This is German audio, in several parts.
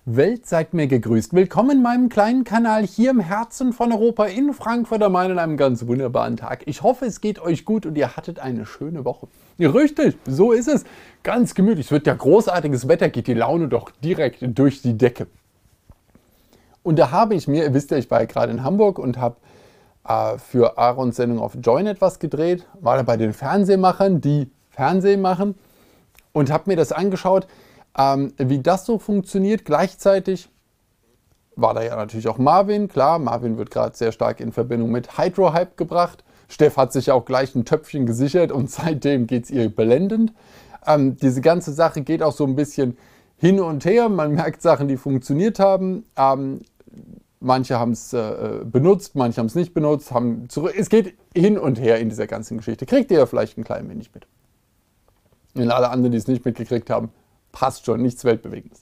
Welt, seid mir gegrüßt. Willkommen in meinem kleinen Kanal hier im Herzen von Europa in Frankfurt am Main an einem ganz wunderbaren Tag. Ich hoffe, es geht euch gut und ihr hattet eine schöne Woche. Richtig, so ist es. Ganz gemütlich. Es wird ja großartiges Wetter, geht die Laune doch direkt durch die Decke. Und da habe ich mir, ihr wisst ja, ich war ja gerade in Hamburg und habe für Aarons Sendung auf Join etwas gedreht. War da bei den Fernsehmachern, die Fernsehen machen, und habe mir das angeschaut, wie das so funktioniert. Gleichzeitig war da ja natürlich auch Marvin. Klar, Marvin wird gerade sehr stark in Verbindung mit Hydro-Hype gebracht. Steff hat sich ja auch gleich ein Töpfchen gesichert und seitdem geht es ihr blendend. Diese ganze Sache geht auch so ein bisschen hin und her. Man merkt Sachen, die funktioniert haben. Manche haben es benutzt, manche haben es nicht benutzt. Es geht hin und her in dieser ganzen Geschichte. Kriegt ihr ja vielleicht ein klein wenig mit. Und alle anderen, die es nicht mitgekriegt haben, passt schon, nichts Weltbewegendes.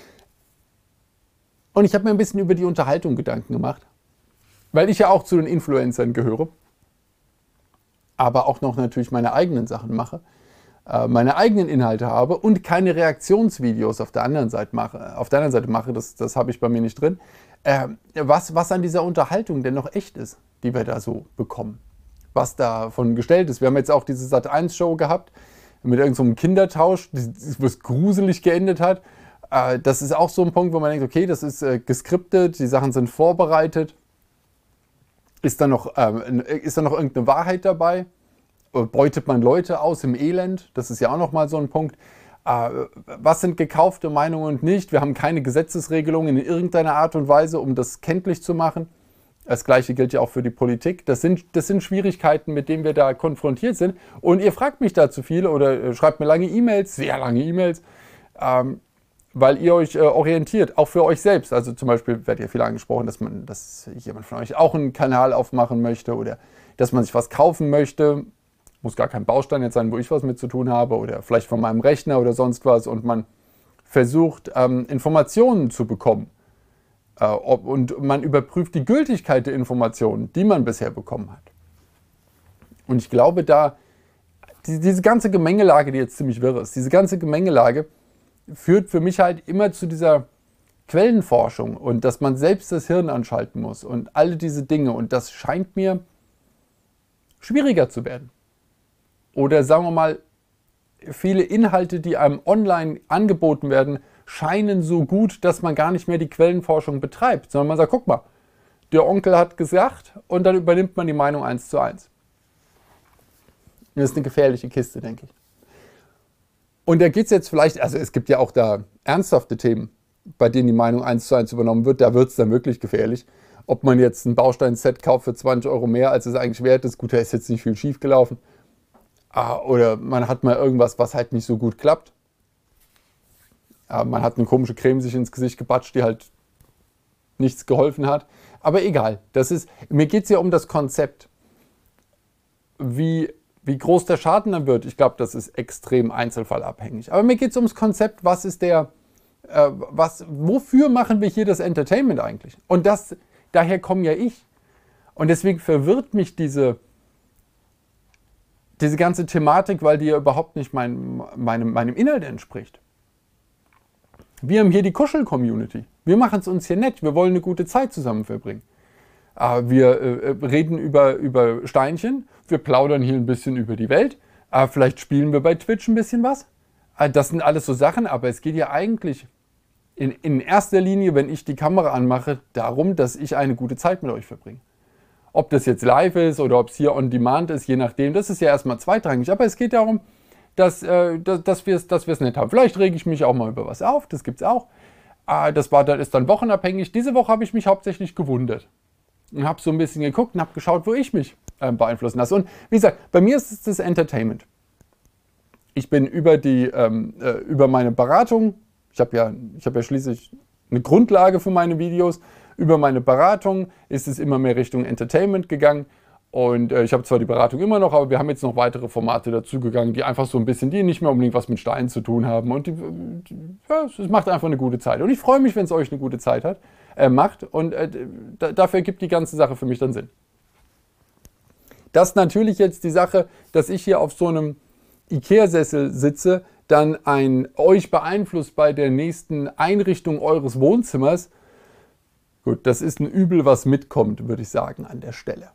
Und ich habe mir ein bisschen über die Unterhaltung Gedanken gemacht, weil ich ja auch zu den Influencern gehöre, aber auch noch natürlich meine eigenen Sachen mache, meine eigenen Inhalte habe und keine Reaktionsvideos auf der anderen Seite mache, das habe ich bei mir nicht drin, was an dieser Unterhaltung denn noch echt ist, die wir da so bekommen, was davon gestellt ist. Wir haben jetzt auch diese Sat.1-Show gehabt, mit irgendeinem Kindertausch, was gruselig geendet hat. Das ist auch so ein Punkt, wo man denkt, okay, das ist geskriptet, die Sachen sind vorbereitet. Ist da noch irgendeine Wahrheit dabei? Beutet man Leute aus im Elend? Das ist ja auch nochmal so ein Punkt. Was sind gekaufte Meinungen und nicht? Wir haben keine Gesetzesregelungen in irgendeiner Art und Weise, um das kenntlich zu machen. Das Gleiche gilt ja auch für die Politik. Das sind Schwierigkeiten, mit denen wir da konfrontiert sind. Und ihr fragt mich da zu viel oder schreibt mir lange E-Mails, sehr lange E-Mails, weil ihr euch orientiert, auch für euch selbst. Also zum Beispiel wird ja viel angesprochen, dass jemand von euch auch einen Kanal aufmachen möchte oder dass man sich was kaufen möchte. Muss gar kein Baustein jetzt sein, wo ich was mit zu tun habe oder vielleicht von meinem Rechner oder sonst was. Und man versucht, Informationen zu bekommen. Und man überprüft die Gültigkeit der Informationen, die man bisher bekommen hat. Und ich glaube, diese ganze Gemengelage, die jetzt ziemlich wirr ist, diese ganze Gemengelage führt für mich halt immer zu dieser Quellenforschung und dass man selbst das Hirn anschalten muss und alle diese Dinge. Und das scheint mir schwieriger zu werden. Oder sagen wir mal, viele Inhalte, die einem online angeboten werden, scheinen so gut, dass man gar nicht mehr die Quellenforschung betreibt, sondern man sagt, guck mal, der Onkel hat gesagt und dann übernimmt man die Meinung 1:1. Das ist eine gefährliche Kiste, denke ich. Und da geht es jetzt vielleicht, also es gibt ja auch da ernsthafte Themen, bei denen die Meinung 1:1 übernommen wird, da wird es dann wirklich gefährlich. Ob man jetzt ein Baustein-Set kauft für 20 Euro mehr, als es eigentlich wert ist, gut, da ist jetzt nicht viel schief gelaufen. Oder man hat mal irgendwas, was halt nicht so gut klappt. Man hat eine komische Creme sich ins Gesicht gebatscht, die halt nichts geholfen hat. Aber egal, mir geht es ja um das Konzept. Wie groß der Schaden dann wird, ich glaube, das ist extrem einzelfallabhängig. Aber mir geht es ums Konzept, wofür machen wir hier das Entertainment eigentlich? Und daher komme ja ich. Und deswegen verwirrt mich diese ganze Thematik, weil die ja überhaupt nicht meinem Inhalt entspricht. Wir haben hier die Kuschel-Community. Wir machen es uns hier nett. Wir wollen eine gute Zeit zusammen verbringen. Wir reden über Steinchen. Wir plaudern hier ein bisschen über die Welt. Vielleicht spielen wir bei Twitch ein bisschen was. Das sind alles so Sachen, aber es geht ja eigentlich in erster Linie, wenn ich die Kamera anmache, darum, dass ich eine gute Zeit mit euch verbringe. Ob das jetzt live ist oder ob es hier on demand ist, je nachdem, das ist ja erstmal zweitrangig. Aber es geht darum, dass wir es nett haben. Vielleicht rege ich mich auch mal über was auf, das gibt es auch. Das ist dann wochenabhängig. Diese Woche habe ich mich hauptsächlich gewundert. Und habe so ein bisschen geguckt und habe geschaut, wo ich mich beeinflussen lasse. Und wie gesagt, bei mir ist es das Entertainment. Ich bin über meine Beratung, ich habe ja schließlich eine Grundlage für meine Videos, über meine Beratung ist es immer mehr Richtung Entertainment gegangen. Und ich habe zwar die Beratung immer noch, aber wir haben jetzt noch weitere Formate dazugegangen, die einfach so ein bisschen, die nicht mehr unbedingt was mit Steinen zu tun haben. Und es macht einfach eine gute Zeit. Und ich freue mich, wenn es euch eine gute Zeit macht. Und dafür ergibt die ganze Sache für mich dann Sinn. Das ist natürlich jetzt die Sache, dass ich hier auf so einem Ikea-Sessel sitze, dann euch beeinflusst bei der nächsten Einrichtung eures Wohnzimmers, gut, das ist ein Übel, was mitkommt, würde ich sagen, an der Stelle.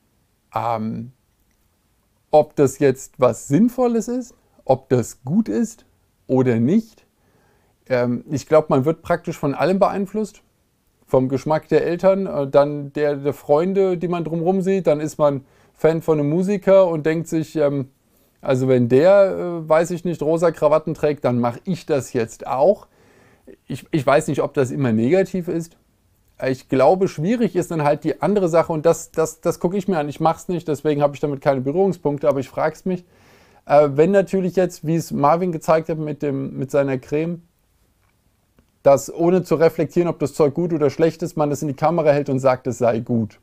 Ob das jetzt was Sinnvolles ist, ob das gut ist oder nicht, ich glaube, man wird praktisch von allem beeinflusst. Vom Geschmack der Eltern, dann der Freunde, die man drumherum sieht, dann ist man Fan von einem Musiker und denkt sich, also wenn der, weiß ich nicht, rosa Krawatten trägt, dann mache ich das jetzt auch. Ich weiß nicht, ob das immer negativ ist. Ich glaube, schwierig ist dann halt die andere Sache und das gucke ich mir an. Ich mache es nicht, deswegen habe ich damit keine Berührungspunkte, aber ich frage es mich. Wenn natürlich jetzt, wie es Marvin gezeigt hat mit seiner Creme, dass ohne zu reflektieren, ob das Zeug gut oder schlecht ist, man das in die Kamera hält und sagt, es sei gut.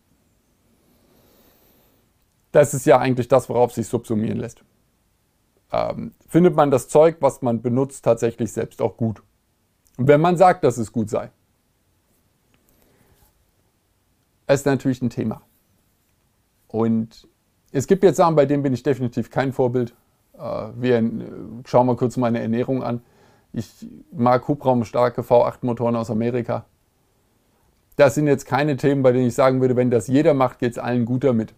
Das ist ja eigentlich das, worauf sich subsumieren lässt. Findet man das Zeug, was man benutzt, tatsächlich selbst auch gut? Wenn man sagt, dass es gut sei. Das ist natürlich ein Thema. Und es gibt jetzt Sachen, bei denen bin ich definitiv kein Vorbild. Schauen wir kurz meine Ernährung an. Ich mag hubraumstarke V8-Motoren aus Amerika. Das sind jetzt keine Themen, bei denen ich sagen würde, wenn das jeder macht, geht es allen gut damit.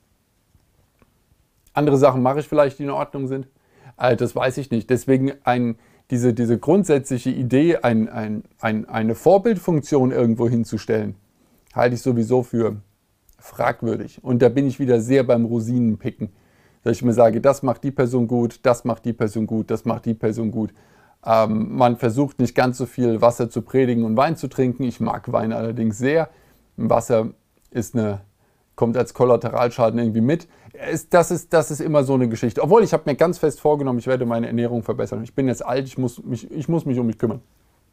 Andere Sachen mache ich vielleicht, die in Ordnung sind. Das weiß ich nicht. Deswegen diese grundsätzliche Idee, eine Vorbildfunktion irgendwo hinzustellen, halte ich sowieso für fragwürdig. Und da bin ich wieder sehr beim Rosinenpicken. Dass ich mir sage, das macht die Person gut, das macht die Person gut, das macht die Person gut. Man versucht nicht ganz so viel Wasser zu predigen und Wein zu trinken. Ich mag Wein allerdings sehr. Wasser kommt als Kollateralschaden irgendwie mit. Das ist immer so eine Geschichte. Obwohl, ich habe mir ganz fest vorgenommen, ich werde meine Ernährung verbessern. Ich bin jetzt alt, ich muss mich um mich kümmern.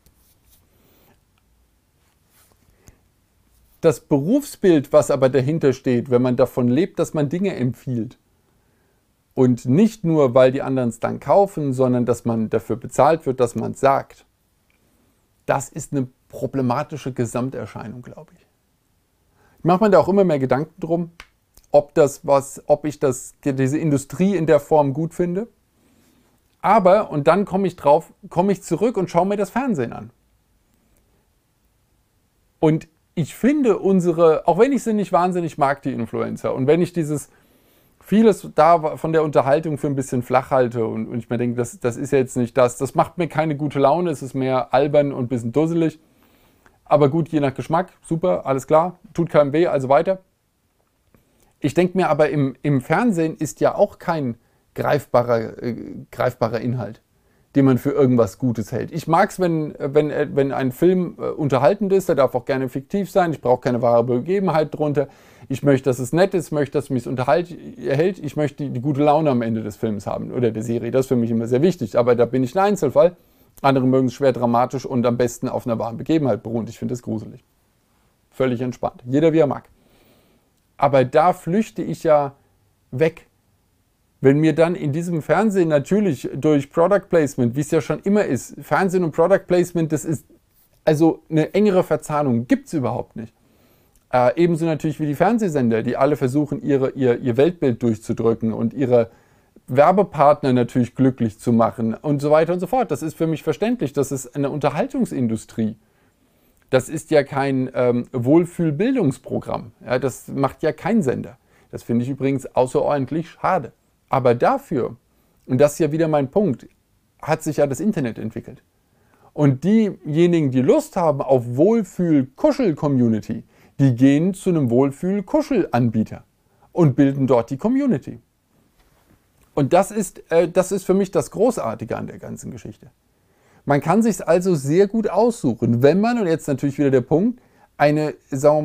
Das Berufsbild, was aber dahinter steht, wenn man davon lebt, dass man Dinge empfiehlt, und nicht nur, weil die anderen es dann kaufen, sondern dass man dafür bezahlt wird, dass man es sagt. Das ist eine problematische Gesamterscheinung, glaube ich. Ich mache mir da auch immer mehr Gedanken drum, ob ich diese Industrie in der Form gut finde. Aber, und dann komme ich zurück und schaue mir das Fernsehen an. Und ich finde auch wenn ich sie nicht wahnsinnig mag, die Influencer, und wenn ich vieles da von der Unterhaltung für ein bisschen flach halte und ich mir denke, das ist ja jetzt nicht das macht mir keine gute Laune, es ist mehr albern und ein bisschen dusselig. Aber gut, je nach Geschmack, super, alles klar, tut keinem weh, also weiter. Ich denke mir aber, im Fernsehen ist ja auch kein greifbarer Inhalt, den man für irgendwas Gutes hält. Ich mag es, wenn ein Film unterhaltend ist, der darf auch gerne fiktiv sein, ich brauche keine wahre Begebenheit drunter. Ich möchte, dass es nett ist, möchte, dass es mich unterhält. Ich möchte die gute Laune am Ende des Films haben oder der Serie. Das ist für mich immer sehr wichtig. Aber da bin ich ein Einzelfall. Andere mögen es schwer dramatisch und am besten auf einer wahren Begebenheit beruhen. Ich finde es gruselig. Völlig entspannt. Jeder wie er mag. Aber da flüchte ich ja weg. Wenn mir dann in diesem Fernsehen natürlich durch Product Placement, wie es ja schon immer ist, Fernsehen und Product Placement, das ist also eine engere Verzahnung, gibt es überhaupt nicht. Ebenso natürlich wie die Fernsehsender, die alle versuchen, ihr Weltbild durchzudrücken und ihre Werbepartner natürlich glücklich zu machen und so weiter und so fort. Das ist für mich verständlich. Das ist eine Unterhaltungsindustrie. Das ist ja kein Wohlfühlbildungsprogramm. Ja, das macht ja kein Sender. Das finde ich übrigens außerordentlich schade. Aber dafür, und das ist ja wieder mein Punkt, hat sich ja das Internet entwickelt. Und diejenigen, die Lust haben auf Wohlfühl-Kuschel-Community, die gehen zu einem Wohlfühl-Kuschel-Anbieter und bilden dort die Community. Und das ist für mich das Großartige an der ganzen Geschichte. Man kann sich also sehr gut aussuchen, wenn man, und jetzt natürlich wieder der Punkt, eine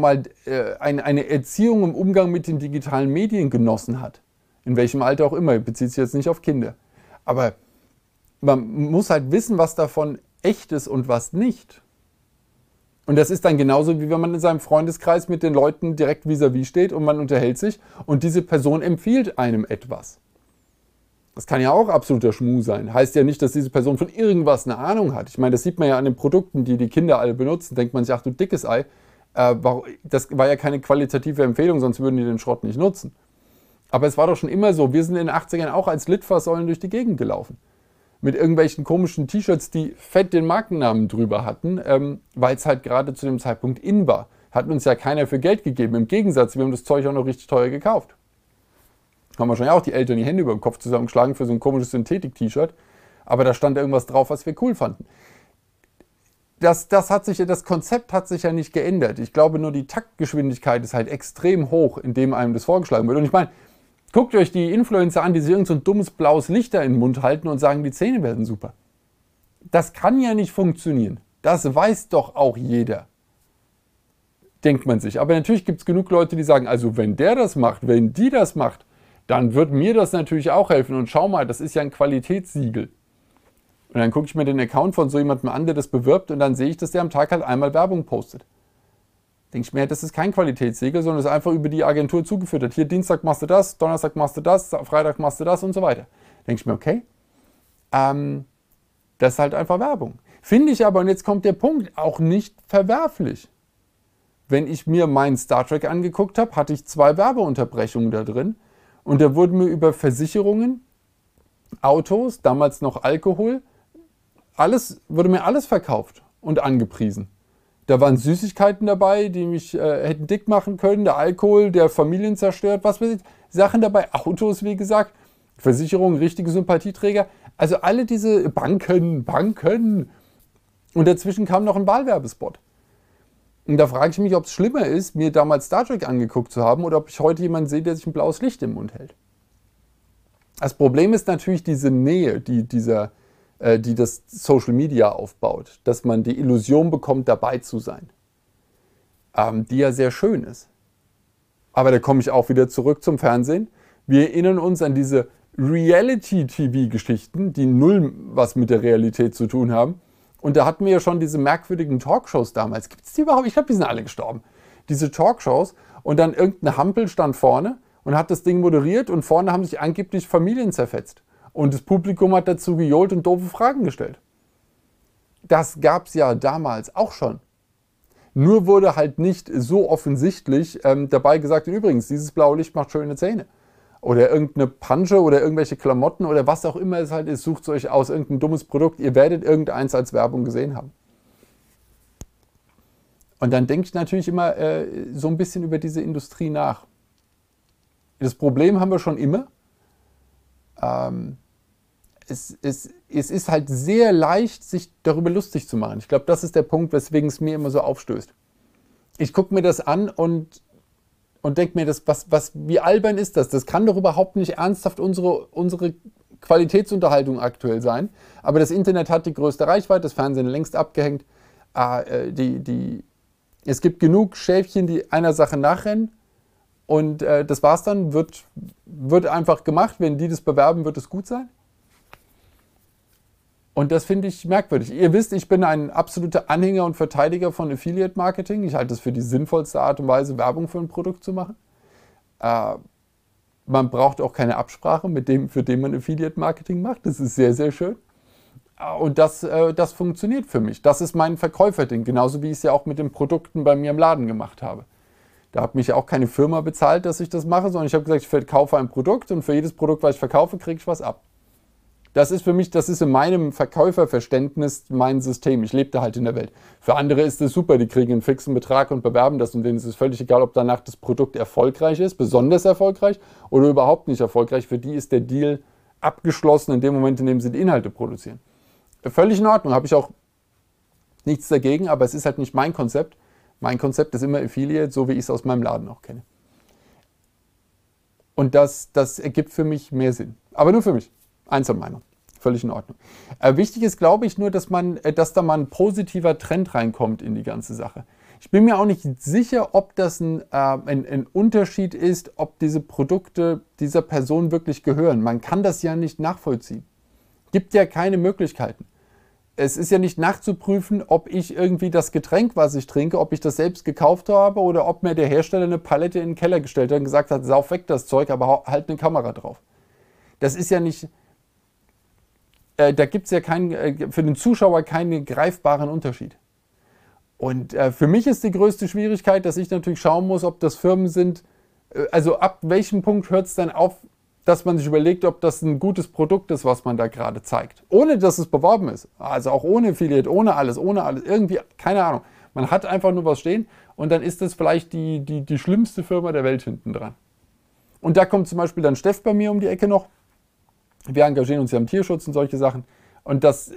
Erziehung im Umgang mit den digitalen Medien genossen hat. In welchem Alter auch immer, bezieht sich jetzt nicht auf Kinder. Aber man muss halt wissen, was davon echt ist und was nicht. Und das ist dann genauso, wie wenn man in seinem Freundeskreis mit den Leuten direkt vis-à-vis steht und man unterhält sich und diese Person empfiehlt einem etwas. Das kann ja auch absoluter Schmuh sein. Heißt ja nicht, dass diese Person von irgendwas eine Ahnung hat. Ich meine, das sieht man ja an den Produkten, die die Kinder alle benutzen. Denkt man sich, ach du dickes Ei, das war ja keine qualitative Empfehlung, sonst würden die den Schrott nicht nutzen. Aber es war doch schon immer so, wir sind in den 80ern auch als Litfaßsäulen durch die Gegend gelaufen. mit irgendwelchen komischen T-Shirts, die fett den Markennamen drüber hatten, weil es halt gerade zu dem Zeitpunkt in war. Hat uns ja keiner für Geld gegeben. Im Gegensatz, wir haben das Zeug auch noch richtig teuer gekauft. Haben wahrscheinlich auch die Eltern die Hände über den Kopf zusammengeschlagen für so ein komisches Synthetik-T-Shirt. Aber da stand irgendwas drauf, was wir cool fanden. Das Konzept hat sich ja nicht geändert. Ich glaube nur, die Taktgeschwindigkeit ist halt extrem hoch, indem einem das vorgeschlagen wird. Und ich meine, guckt euch die Influencer an, die sich irgend so ein dummes blaues Licht da in den Mund halten und sagen, die Zähne werden super. Das kann ja nicht funktionieren. Das weiß doch auch jeder. Denkt man sich. Aber natürlich gibt es genug Leute, die sagen, also wenn der das macht, wenn die das macht, dann wird mir das natürlich auch helfen. Und schau mal, das ist ja ein Qualitätssiegel. Und dann gucke ich mir den Account von so jemandem an, der das bewirbt, und dann sehe ich, dass der am Tag halt einmal Werbung postet. Denke ich mir, das ist kein Qualitätssiegel, sondern das ist einfach über die Agentur zugeführt. Hier Dienstag machst du das, Donnerstag machst du das, Freitag machst du das und so weiter. Denke ich mir, okay, das ist halt einfach Werbung. Finde ich aber, und jetzt kommt der Punkt, auch nicht verwerflich. Wenn ich mir meinen Star Trek angeguckt habe, hatte ich 2 Werbeunterbrechungen da drin. Und da wurden mir über Versicherungen, Autos, damals noch Alkohol, wurde mir alles verkauft und angepriesen. Da waren Süßigkeiten dabei, die mich hätten dick machen können, der Alkohol, der Familien zerstört, was weiß ich. Sachen dabei, Autos, wie gesagt, Versicherungen, richtige Sympathieträger. Also alle diese Banken. Und dazwischen kam noch ein Wahlwerbespot. Und da frage ich mich, ob es schlimmer ist, mir damals Star Trek angeguckt zu haben oder ob ich heute jemanden sehe, der sich ein blaues Licht im Mund hält. Das Problem ist natürlich diese Nähe, die das Social Media aufbaut, dass man die Illusion bekommt, dabei zu sein, die ja sehr schön ist. Aber da komme ich auch wieder zurück zum Fernsehen. Wir erinnern uns an diese Reality-TV-Geschichten, die null was mit der Realität zu tun haben. Und da hatten wir ja schon diese merkwürdigen Talkshows damals. Gibt es die überhaupt? Ich glaube, die sind alle gestorben. Diese Talkshows, und dann irgendein Hampel stand vorne und hat das Ding moderiert, und vorne haben sich angeblich Familien zerfetzt. Und das Publikum hat dazu gejohlt und doofe Fragen gestellt. Das gab es ja damals auch schon. Nur wurde halt nicht so offensichtlich dabei gesagt, und übrigens, dieses blaue Licht macht schöne Zähne. Oder irgendeine Pansche oder irgendwelche Klamotten oder was auch immer es halt ist, sucht es euch aus, irgendein dummes Produkt. Ihr werdet irgendeins als Werbung gesehen haben. Und dann denke ich natürlich immer so ein bisschen über diese Industrie nach. Das Problem haben wir schon immer. Es ist halt sehr leicht, sich darüber lustig zu machen. Ich glaube, das ist der Punkt, weswegen es mir immer so aufstößt. Ich gucke mir das an und denke mir, wie albern ist das? Das kann doch überhaupt nicht ernsthaft unsere Qualitätsunterhaltung aktuell sein. Aber das Internet hat die größte Reichweite, das Fernsehen längst abgehängt. Es gibt genug Schäfchen, die einer Sache nachrennen. Und das war's dann, wird einfach gemacht. Wenn die das bewerben, wird es gut sein. Und das finde ich merkwürdig. Ihr wisst, ich bin ein absoluter Anhänger und Verteidiger von Affiliate Marketing. Ich halte es für die sinnvollste Art und Weise, Werbung für ein Produkt zu machen. Man braucht auch keine Absprache mit dem, für den man Affiliate Marketing macht. Das ist sehr, sehr schön. Und das funktioniert für mich. Das ist mein Verkäuferding. Genauso wie ich es ja auch mit den Produkten bei mir im Laden gemacht habe. Da hat mich ja auch keine Firma bezahlt, dass ich das mache, sondern ich habe gesagt, ich verkaufe ein Produkt und für jedes Produkt, was ich verkaufe, kriege ich was ab. Das ist für mich, das ist in meinem Verkäuferverständnis mein System. Ich lebe da halt in der Welt. Für andere ist es super, die kriegen einen fixen Betrag und bewerben das, und denen ist es völlig egal, ob danach das Produkt erfolgreich ist, besonders erfolgreich oder überhaupt nicht erfolgreich. Für die ist der Deal abgeschlossen in dem Moment, in dem sie die Inhalte produzieren. Völlig in Ordnung, habe ich auch nichts dagegen, aber es ist halt nicht mein Konzept. Mein Konzept ist immer Affiliate, so wie ich es aus meinem Laden auch kenne. Und das ergibt für mich mehr Sinn. Aber nur für mich. Einzelmeinung. Völlig in Ordnung. Wichtig ist, glaube ich, nur, dass da mal ein positiver Trend reinkommt in die ganze Sache. Ich bin mir auch nicht sicher, ob das ein Unterschied ist, ob diese Produkte dieser Person wirklich gehören. Man kann das ja nicht nachvollziehen. Gibt ja keine Möglichkeiten. Es ist ja nicht nachzuprüfen, ob ich irgendwie das Getränk, was ich trinke, ob ich das selbst gekauft habe oder ob mir der Hersteller eine Palette in den Keller gestellt hat und gesagt hat, sauf weg das Zeug, aber halt eine Kamera drauf. Das ist ja nicht... Da gibt es ja für den Zuschauer keinen greifbaren Unterschied. Und für mich ist die größte Schwierigkeit, dass ich natürlich schauen muss, ob das Firmen sind, also ab welchem Punkt hört es dann auf, dass man sich überlegt, ob das ein gutes Produkt ist, was man da gerade zeigt. Ohne, dass es beworben ist. Also auch ohne Affiliate, ohne alles, irgendwie, keine Ahnung. Man hat einfach nur was stehen und dann ist das vielleicht die schlimmste Firma der Welt hinten dran. Und da kommt zum Beispiel dann Steff bei mir um die Ecke noch. Wir engagieren uns ja im Tierschutz und solche Sachen. Und das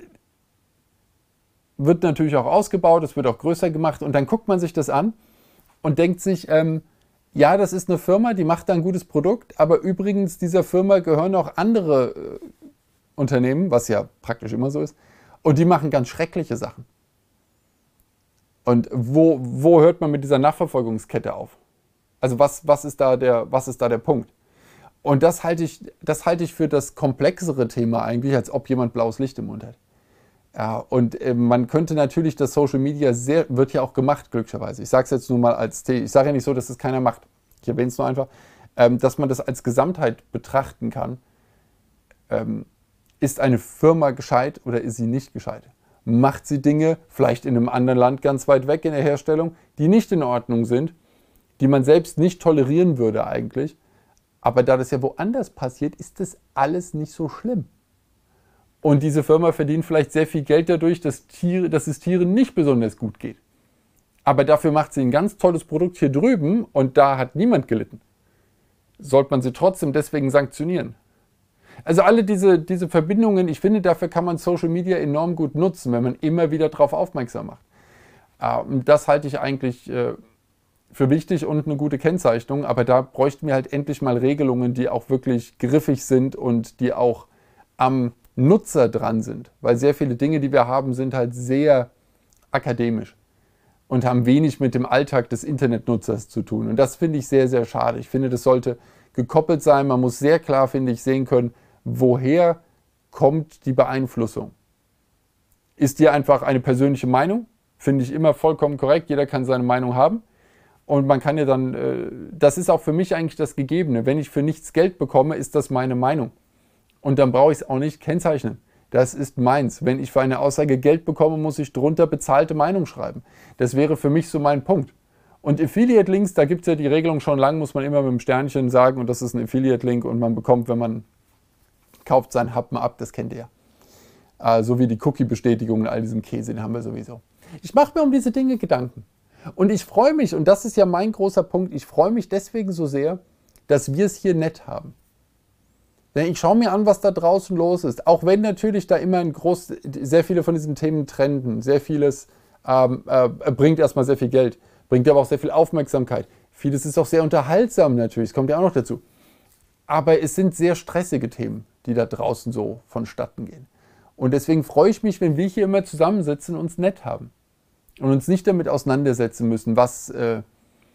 wird natürlich auch ausgebaut, es wird auch größer gemacht. Und dann guckt man sich das an und denkt sich, ja, das ist eine Firma, die macht da ein gutes Produkt, aber übrigens dieser Firma gehören auch andere Unternehmen, was ja praktisch immer so ist, und die machen ganz schreckliche Sachen. Und wo hört man mit dieser Nachverfolgungskette auf? Also was ist da der Punkt? Und das halte ich für das komplexere Thema eigentlich, als ob jemand blaues Licht im Mund hat. Ja, und man könnte natürlich das Social Media wird ja auch gemacht, glücklicherweise. Ich sage es jetzt nur mal ich sage ja nicht so, dass es keiner macht. Ich erwähne es nur einfach, dass man das als Gesamtheit betrachten kann. Ist eine Firma gescheit oder ist sie nicht gescheit? Macht sie Dinge, vielleicht in einem anderen Land ganz weit weg in der Herstellung, die nicht in Ordnung sind, die man selbst nicht tolerieren würde eigentlich. Aber da das ja woanders passiert, ist das alles nicht so schlimm. Und diese Firma verdient vielleicht sehr viel Geld dadurch, dass es Tieren nicht besonders gut geht. Aber dafür macht sie ein ganz tolles Produkt hier drüben und da hat niemand gelitten. Sollte man sie trotzdem deswegen sanktionieren? Also alle diese Verbindungen, ich finde, dafür kann man Social Media enorm gut nutzen, wenn man immer wieder darauf aufmerksam macht. Das halte ich eigentlich für wichtig und eine gute Kennzeichnung, aber da bräuchten wir halt endlich mal Regelungen, die auch wirklich griffig sind und die auch am Nutzer dran sind. Weil sehr viele Dinge, die wir haben, sind halt sehr akademisch und haben wenig mit dem Alltag des Internetnutzers zu tun. Und das finde ich sehr, sehr schade. Ich finde, das sollte gekoppelt sein. Man muss sehr klar, finde ich, sehen können, woher kommt die Beeinflussung. Ist die einfach eine persönliche Meinung? Finde ich immer vollkommen korrekt. Jeder kann seine Meinung haben. Und man kann ja dann, das ist auch für mich eigentlich das Gegebene. Wenn ich für nichts Geld bekomme, ist das meine Meinung. Und dann brauche ich es auch nicht kennzeichnen. Das ist meins. Wenn ich für eine Aussage Geld bekomme, muss ich drunter bezahlte Meinung schreiben. Das wäre für mich so mein Punkt. Und Affiliate-Links, da gibt es ja die Regelung schon lang, muss man immer mit dem Sternchen sagen, und das ist ein Affiliate-Link und man bekommt, wenn man kauft, seinen Happen ab, das kennt ihr ja. So wie die Cookie-Bestätigung und all diesen Käse, den haben wir sowieso. Ich mache mir um diese Dinge Gedanken. Und ich freue mich, und das ist ja mein großer Punkt, ich freue mich deswegen so sehr, dass wir es hier nett haben. Denn ich schaue mir an, was da draußen los ist. Auch wenn natürlich da immer sehr viele von diesen Themen trenden. Sehr vieles bringt erstmal sehr viel Geld, bringt aber auch sehr viel Aufmerksamkeit. Vieles ist auch sehr unterhaltsam natürlich, das kommt ja auch noch dazu. Aber es sind sehr stressige Themen, die da draußen so vonstatten gehen. Und deswegen freue ich mich, wenn wir hier immer zusammensitzen und uns nett haben. Und uns nicht damit auseinandersetzen müssen, was der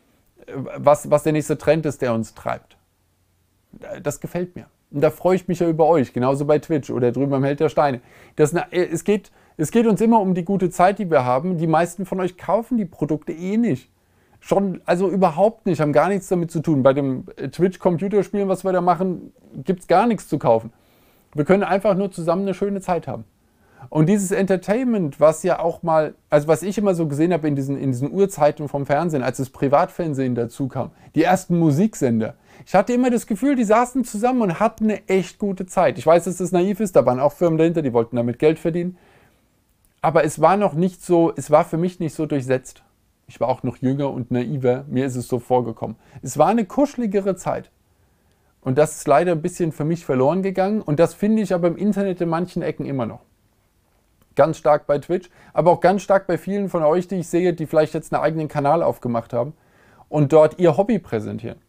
nächste Trend ist, der uns treibt. Das gefällt mir. Und da freue ich mich ja über euch, genauso bei Twitch oder drüben am Held der Steine. Es geht uns immer um die gute Zeit, die wir haben. Die meisten von euch kaufen die Produkte eh nicht. Also überhaupt nicht, haben gar nichts damit zu tun. Bei dem Twitch-Computerspielen, was wir da machen, gibt es gar nichts zu kaufen. Wir können einfach nur zusammen eine schöne Zeit haben. Und dieses Entertainment, was ja auch mal, also was ich immer so gesehen habe in diesen Urzeiten vom Fernsehen, als das Privatfernsehen dazu kam, die ersten Musiksender. Ich hatte immer das Gefühl, die saßen zusammen und hatten eine echt gute Zeit. Ich weiß, dass das naiv ist, da waren auch Firmen dahinter, die wollten damit Geld verdienen. Aber es war für mich nicht so durchsetzt. Ich war auch noch jünger und naiver, mir ist es so vorgekommen. Es war eine kuscheligere Zeit. Und das ist leider ein bisschen für mich verloren gegangen. Und das finde ich aber im Internet in manchen Ecken immer noch. Ganz stark bei Twitch, aber auch ganz stark bei vielen von euch, die ich sehe, die vielleicht jetzt einen eigenen Kanal aufgemacht haben und dort ihr Hobby präsentieren.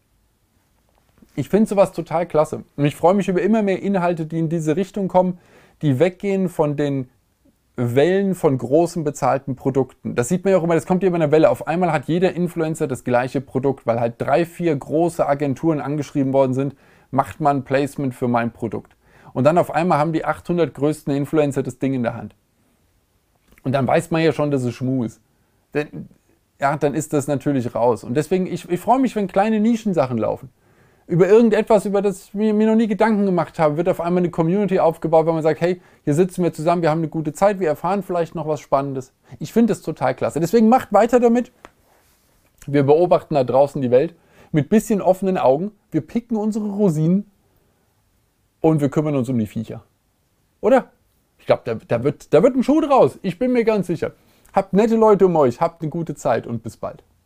Ich finde sowas total klasse. Und ich freue mich über immer mehr Inhalte, die in diese Richtung kommen, die weggehen von den Wellen von großen bezahlten Produkten. Das sieht man ja auch immer, das kommt ja immer in der Welle. Auf einmal hat jeder Influencer das gleiche Produkt, weil halt 3, 4 große Agenturen angeschrieben worden sind, macht man ein Placement für mein Produkt. Und dann auf einmal haben die 800 größten Influencer das Ding in der Hand. Und dann weiß man ja schon, dass es Schmuh ist. Dann ist das natürlich raus. Und deswegen, ich freue mich, wenn kleine Nischensachen laufen. Über irgendetwas, über das ich mir noch nie Gedanken gemacht habe, wird auf einmal eine Community aufgebaut, weil man sagt, hey, hier sitzen wir zusammen, wir haben eine gute Zeit, wir erfahren vielleicht noch was Spannendes. Ich finde das total klasse. Deswegen macht weiter damit. Wir beobachten da draußen die Welt mit bisschen offenen Augen. Wir picken unsere Rosinen und wir kümmern uns um die Viecher. Oder? Ich glaube, da wird ein Schuh draus. Ich bin mir ganz sicher. Habt nette Leute um euch, habt eine gute Zeit und bis bald.